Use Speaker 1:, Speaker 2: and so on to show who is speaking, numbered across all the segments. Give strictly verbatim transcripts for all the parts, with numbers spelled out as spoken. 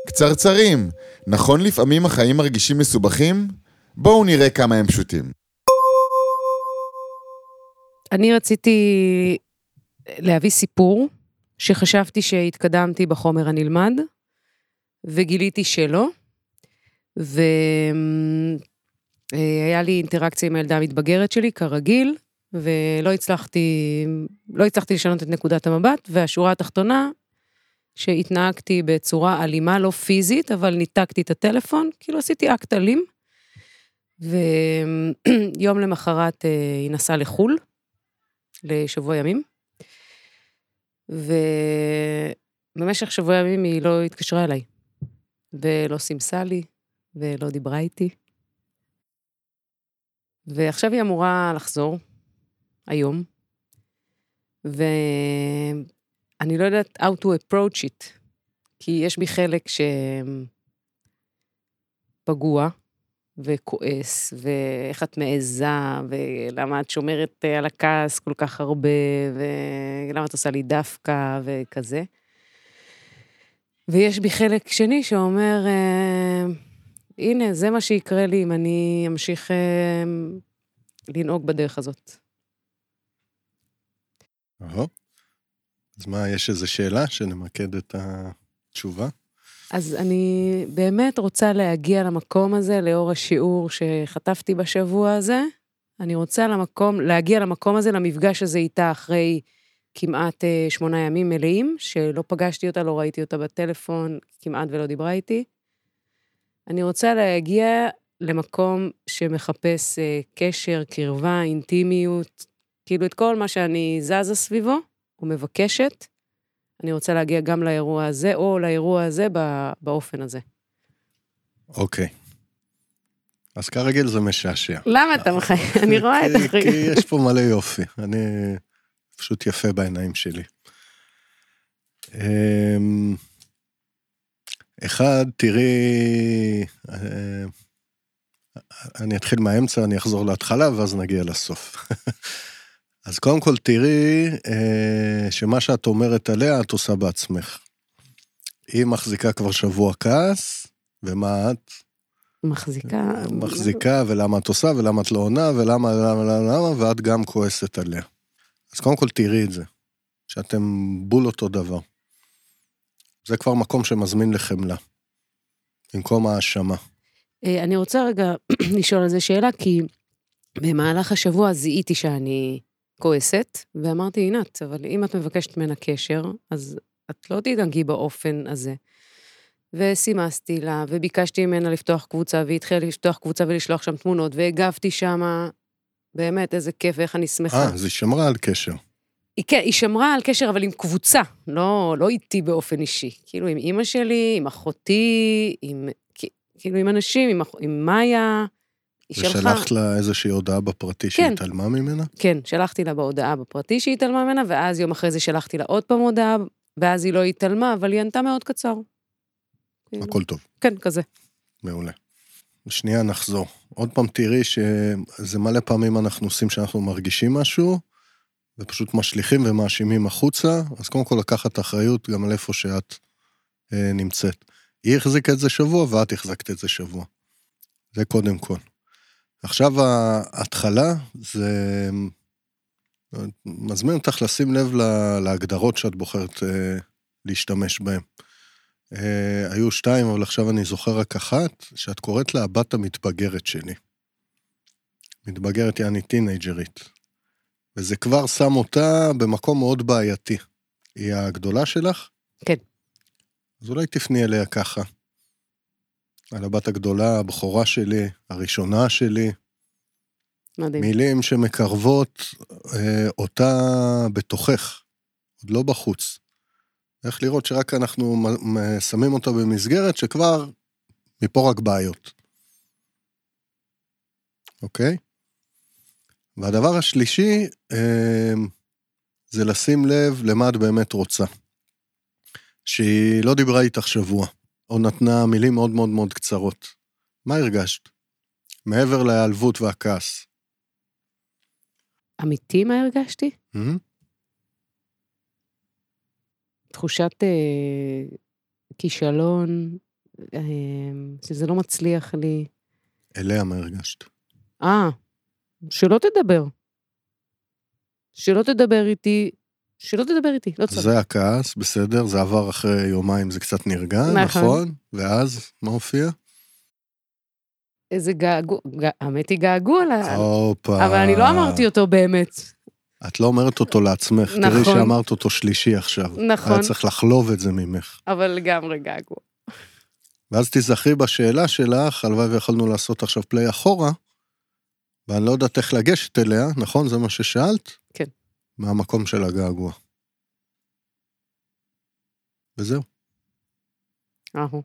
Speaker 1: קצרצרים, נכון לפעמים החיים מרגישים מסובכים? בואו נראה כמה הם פשוטים.
Speaker 2: אני רציתי להביא סיפור שחשבתי שהתקדמתי בחומר הנלמד, וגיליתי שלא, והיה לי אינטראקציה עם הילדה המתבגרת שלי, כרגיל, ולא הצלחתי, לא הצלחתי לשנות את נקודת המבט, והשורה התחתונה, שהתנהגתי בצורה אלימה, לא פיזית, אבל ניתקתי את הטלפון, כאילו עשיתי אקט אלים, ויום למחרת היא נסעה לחול, לשבוע ימים, ובמשך שבוע ימים היא לא התקשרה אליי, ולא סימסה לי, ולא דיברה איתי, ועכשיו היא אמורה לחזור, היום, ואני לא יודעת how to approach it, כי יש בי חלק שפגוע, וכועס, ואיך את מעזה, ולמה את שומרת על הכעס כל כך הרבה, ולמה את עושה לי דווקא, וכזה. ויש בי חלק שני שאומר, הנה, זה מה שיקרה לי אם אני אמשיך לנהוג בדרך הזאת.
Speaker 3: אהו. אז מה, יש איזו שאלה שנמקד את התשובה?
Speaker 2: אז אני באמת רוצה להגיע למקום הזה, לאור השיעור שחטפתי בשבוע הזה. אני רוצה למקום, להגיע למקום הזה, למפגש הזה איתה אחרי כמעט שמונה ימים מלאים, שלא פגשתי אותה, לא ראיתי אותה בטלפון, כמעט ולא דיברה איתי. אני רוצה להגיע למקום שמחפש קשר, קרבה, אינטימיות, כאילו את כל מה שאני זזה סביבו, ומבקשת, אני רוצה להגיע גם לאירוע הזה, או לאירוע הזה באופן הזה.
Speaker 3: אוקיי. אז כרגיל זה משעשע.
Speaker 2: למה אתה מחי? אני רואה את אחרי.
Speaker 3: כי יש פה מלא יופי. אני פשוט יפה בעיניים שלי. אחד, תראי, אני אתחיל מהאמצע, אני אחזור להתחלה, ואז נגיע לסוף. אז קודם כל תראי שמה שאת אומרת עליה, את עושה בעצמך. היא מחזיקה כבר שבוע כעס, ומה את?
Speaker 2: מחזיקה.
Speaker 3: מחזיקה, ולמה את עושה, ולמה את לא עונה, ולמה, למה, למה, למה, ואת גם כועסת עליה. אז קודם כל תראי את זה, שאתם בול אותו דבר. זה כבר מקום שמזמין לחמלה, במקום האשמה.
Speaker 2: אני רוצה רגע לשאול על זה שאלה, כי במהלך השבוע זיהיתי שאני כועסת, ואמרתי, עינת, אבל אם את מבקשת ממנה קשר, אז את לא תדאגי באופן הזה. וסימסתי לה, וביקשתי ממנה לפתוח קבוצה, והיא התחילה לפתוח קבוצה ולשלוח שם תמונות, והגבתי שם, באמת, איזה כיף, ואיך אני שמחה.
Speaker 3: אה, אז היא שמרה על קשר.
Speaker 2: היא, כן, היא שמרה על קשר, אבל עם קבוצה, לא, לא איתי באופן אישי. כאילו, עם אמא שלי, עם אחותי, עם, כאילו, עם אנשים, עם, עם מאיה.
Speaker 3: ושלחת לה איזושהי הודעה בפרטי שהיא התעלמה ממנה?
Speaker 2: כן, שלחתי לה בהודעה בפרטי שהיא התעלמה ממנה, ואז יום אחרי זה שלחתי לה עוד פעם הודעה, ואז היא לא התעלמה, אבל היא ענתה מאוד קצר.
Speaker 3: הכל טוב.
Speaker 2: כן, כזה.
Speaker 3: מעולה. שנייה נחזור. עוד פעם תראי שזה מלא פעמים אנחנו עושים שאנחנו מרגישים משהו, ופשוט משליכים ומאשימים החוצה, אז קודם כל לקחת אחריות גם על איפה שאת אה, נמצאת. היא החזיקה את זה שבוע, ואת החזקת את זה שבוע. זה קודם כל. עכשיו ההתחלה, זה מזמין אותך לשים לב להגדרות שאת בוחרת אה, להשתמש בהן. אה, היו שתיים, אבל עכשיו אני זוכר רק אחת, שאת קוראת לה הבת המתבגרת שלי. מתבגרת יעני טינג'רית. וזה כבר שם אותה במקום מאוד בעייתי. היא הגדולה שלך?
Speaker 2: כן.
Speaker 3: אז אולי תפני אליה ככה. על הבת הגדולה, הבחורה שלי, הראשונה שלי.
Speaker 2: מדהים.
Speaker 3: מילים שמקרבות אה, אותה בתוכך, עוד לא בחוץ. איך לראות שרק אנחנו שמים אותה במסגרת שכבר מפה רק בעיות. אוקיי? והדבר השלישי, אה, זה לשים לב למה את באמת רוצה. שהיא לא דיברה איתך שבוע, או נתנה מילים מאוד מאוד מאוד קצרות. מה הרגשת? מעבר להיעלבות והכעס.
Speaker 2: אמיתי מה הרגשתי?
Speaker 3: Mm-hmm.
Speaker 2: תחושת אה, כישלון, שזה לא מצליח לי.
Speaker 3: אליה מה הרגשת?
Speaker 2: אה, שלא תדבר. שלא תדבר איתי, שלא תדבר איתי, לא צריך.
Speaker 3: זה הכעס, בסדר, זה עבר אחרי יומיים, זה קצת נרגע,
Speaker 2: נכון.
Speaker 3: נכון? ואז, מה הופיע?
Speaker 2: איזה געגוע, האמת היא געגוע,
Speaker 3: אופה.
Speaker 2: אבל אני לא אמרתי אותו באמת.
Speaker 3: את לא אומרת אותו לעצמך,
Speaker 2: נכון.
Speaker 3: תראי שאמרת אותו שלישי עכשיו.
Speaker 2: נכון.
Speaker 3: היה צריך לחלוב את זה ממך.
Speaker 2: אבל לגמרי געגוע.
Speaker 3: ואז תזכרי בשאלה שלך, הלוואי ויכולנו לעשות עכשיו פליי אחורה, ואני לא יודעת איך לגשת אליה, נכון? זה מה ששאלת?
Speaker 2: כן.
Speaker 3: מהמקום של הגעגוע. וזהו.
Speaker 2: אהו.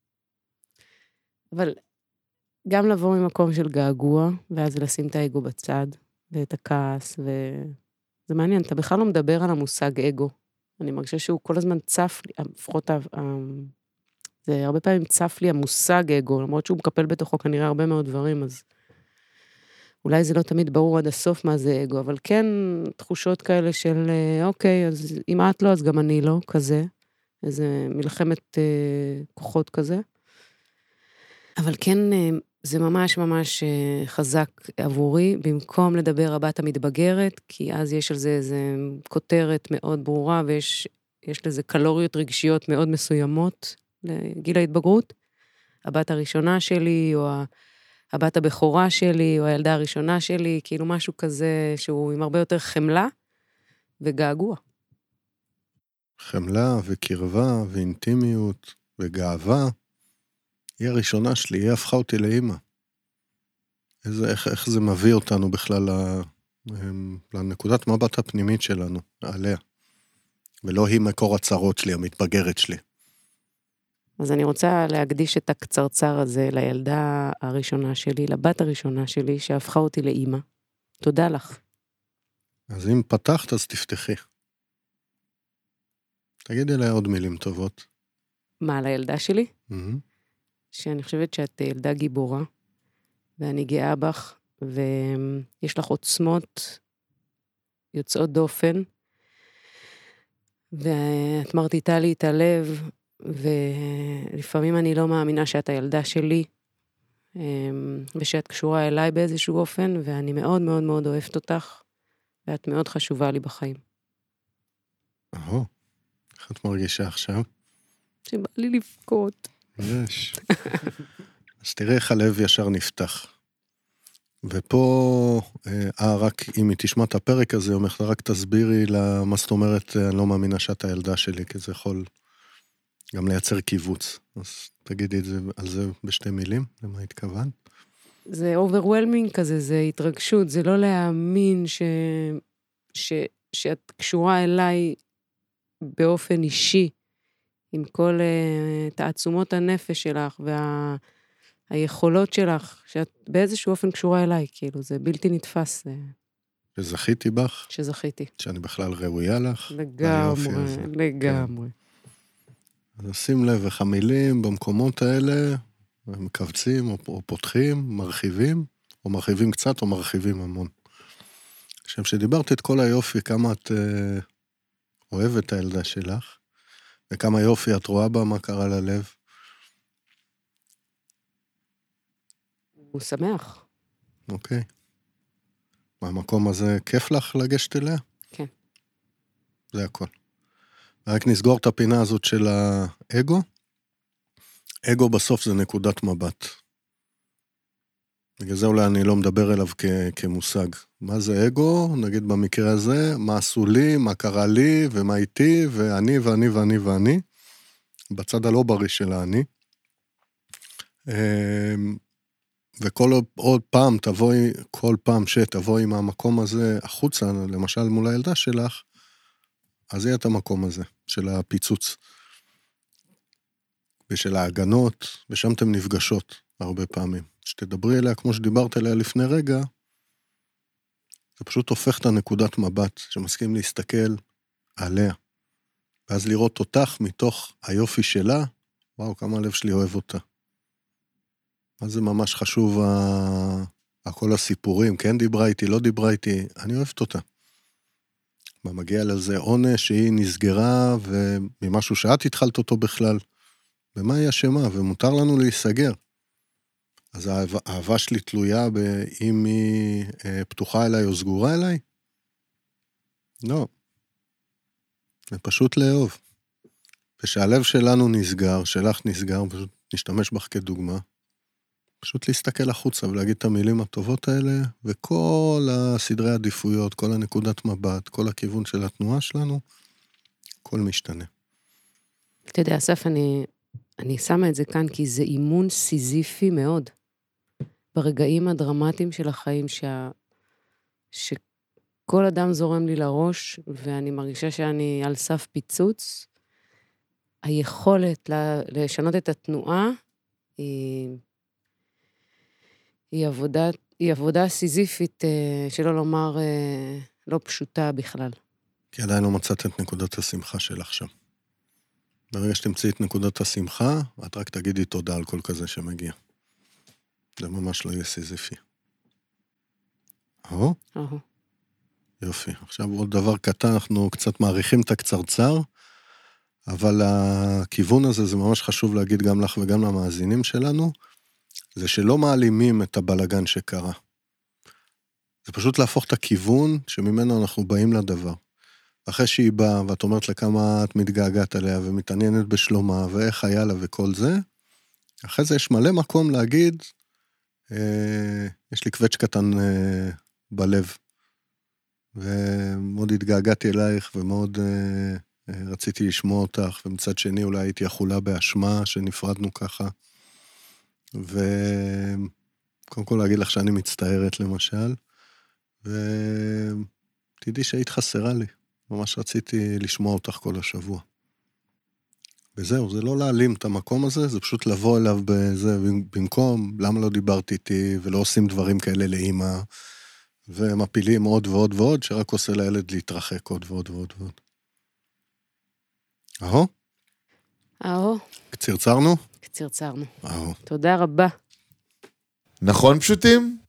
Speaker 2: אבל גם לבוא ממקום של געגוע, ואז לשים את האגו בצד, ואת הכעס, וזה מעניין, אתה בכלל לא מדבר על המושג אגו. אני מרגישה שהוא כל הזמן צף לי, לפחות, זה הרבה פעמים צף לי המושג אגו, למרות שהוא מקפל בתוכו כנראה הרבה מאוד דברים, אז אולי זה לא תמיד ברור עד הסוף מה זה אגו, אבל כן תחושות כאלה של, אוקיי, אז אם את לא, אז גם אני לא, כזה, איזה מלחמת אה, כוחות כזה. אבל כן, אה, זה ממש ממש אה, חזק עבורי, במקום לדבר הבת המתבגרת, כי אז יש על זה איזה כותרת מאוד ברורה, ויש יש לזה קלוריות רגשיות מאוד מסוימות לגיל ההתבגרות. הבת הראשונה שלי, או הבת הבכורה שלי, או הילדה הראשונה שלי, כאילו משהו כזה שהוא עם הרבה יותר חמלה וגעגוע.
Speaker 3: חמלה וקרבה ואינטימיות וגאווה. היא הראשונה שלי, היא הפכה אותי לאמא. איזה, איך, איך זה מביא אותנו בכלל לנקודת מבט הפנימית שלנו, עליה. ולא היא מקור הצרות שלי, המתבגרת שלי.
Speaker 2: אז אני רוצה להקדיש את הקצרצר הזה לילדה הראשונה שלי, לבת הראשונה שלי, שהפכה אותי לאמא. תודה לך.
Speaker 3: אז אם פתחת, אז תפתחי. תגידי לה עוד מילים טובות.
Speaker 2: מה, לילדה שלי?
Speaker 3: Mm-hmm.
Speaker 2: שאני חושבת שאת ילדה גיבורה, ואני גאה בך, ויש לך עוצמות יוצאות דופן, ואת מרטיטה לי את הלב, ולפעמים אני לא מאמינה שאת הילדה שלי, ושאת קשורה אליי באיזשהו אופן, ואני מאוד מאוד מאוד אוהבת אותך, ואת מאוד חשובה לי בחיים.
Speaker 3: אהו, איך את מרגישה עכשיו?
Speaker 2: שבא לי לבכות.
Speaker 3: יש. אז תראה איך הלב ישר נפתח. ופה, אה, רק אם היא תשמע את הפרק הזה, אומר, רק תסבירי לה מה זאת אומרת, אני לא מאמינה שאת הילדה שלי, כי זה יכול גם לייצר קיבוץ. אז תגידי את זה, על זה בשתי מילים, למה התכוון?
Speaker 2: זה overwhelming כזה, זה התרגשות, זה לא להאמין ש... ש... שאת קשורה אליי באופן אישי, עם כל uh, תעצומות הנפש שלך, והיכולות שלך, שאת באיזשהו אופן קשורה אליי, כאילו, זה בלתי נתפס. זה...
Speaker 3: שזכיתי בך?
Speaker 2: שזכיתי.
Speaker 3: שאני בכלל ראויה לך?
Speaker 2: לגמרי, לגמרי.
Speaker 3: כן. אז שים לב, איך המילים במקומות האלה, מקבצים או, או פותחים, מרחיבים, או מרחיבים קצת או מרחיבים המון. עכשיו שדיברת את כל היופי, כמה את אה, אוהבת את הילדה שלך, וכמה יופי את רואה בה, מה קרה ללב?
Speaker 2: הוא שמח.
Speaker 3: אוקיי. מהמקום הזה כיף לך לגשת אליה?
Speaker 2: כן.
Speaker 3: זה הכל. רק נסגור את הפינה הזאת של האגו. אגו בסוף זה נקודת מבט. בגלל זה אולי אני לא מדבר אליו כ- כמושג. מה זה אגו? נגיד במקרה הזה, מה עשו לי, מה קרה לי, ומה איתי, ואני ואני ואני ואני. בצד הלא בריא של האני. וכל עוד פעם תבואי, כל פעם שתבואי מהמקום הזה החוצה, למשל מול הילדה שלך, אז יהיה את המקום הזה, של הפיצוץ. ושל ההגנות, ושם אתם נפגשות הרבה פעמים. שתדברי אליה כמו שדיברת אליה לפני רגע, זה פשוט הופך את הנקודת מבט, שמסכים להסתכל עליה. ואז לראות אותך מתוך היופי שלה, וואו, כמה הלב שלי אוהב אותה. אז זה ממש חשוב, כל הסיפורים, כן דיברה איתי, לא דיברה איתי, אני אוהבת אותה. ומגיע לזה עונש שהיא נסגרה, וממשהו שאת התחלת אותו בכלל, במה היא אשמה, ומותר לנו להיסגר. אז האהבה שלי תלויה באם היא פתוחה אליי או סגורה אליי? לא. זה פשוט לאהוב. ושהלב שלנו נסגר, שלך נסגר, פשוט נשתמש בך כדוגמה, פשוט להסתכל החוצה ולהגיד את המילים הטובות האלה, וכל הסדרי עדיפויות, כל הנקודת מבט, כל הכיוון של התנועה שלנו, הכל משתנה.
Speaker 2: אתה יודע, אסף, אני, אני שמה את זה כאן, כי זה אימון סיזיפי מאוד. ברגעים הדרמטיים של החיים, שה, שכל אדם זורם לי לראש, ואני מרגישה שאני על סף פיצוץ, היכולת לשנות את התנועה, היא, היא, עבודה, היא עבודה סיזיפית, שלא לומר, לא פשוטה בכלל.
Speaker 3: כי עדיין לא מצאת את נקודת השמחה שלך שם. ברגע שתמצאי את נקודת השמחה, את רק תגידי תודה על כל כזה שמגיע. זה ממש לא יהיה סיזיפי. אהו?
Speaker 2: אהו.
Speaker 3: יופי. עכשיו עוד דבר קטן, אנחנו קצת מעריכים את הקצרצר, אבל הכיוון הזה, זה ממש חשוב להגיד גם לך וגם למאזינים שלנו, זה שלא מעלימים את הבלגן שקרה. זה פשוט להפוך את הכיוון שממנו אנחנו באים לדבר. אחרי שהיא באה, ואת אומרת לה כמה את מתגעגעת עליה, ומתעניינת בשלומה, ואיך היה לה וכל זה, אחרי זה יש מלא מקום להגיד, אה, יש לי קווץ' קטן אה, בלב, ומאוד התגעגעתי אלייך, ומאוד אה, אה, רציתי לשמוע אותך, ומצד שני אולי הייתי אכולה באשמה, שנפרדנו ככה, וקודם כל להגיד לך שאני מצטערת למשל, ותדעי שהיית חסרה לי. ממש רציתי לשמוע אותך כל השבוע. וזהו, זה לא להעלים את המקום הזה, זה פשוט לבוא אליו בזה, במקום, למה לא דיברתי איתי, ולא עושים דברים כאלה לאמא, ומפילים עוד ועוד ועוד, שרק עושה לילד להתרחק עוד ועוד ועוד ועוד. אהו?
Speaker 2: אהו.
Speaker 3: קצרצרנו?
Speaker 2: קצרצרנו.
Speaker 3: אהו.
Speaker 2: תודה רבה.
Speaker 1: נכון פשוטים?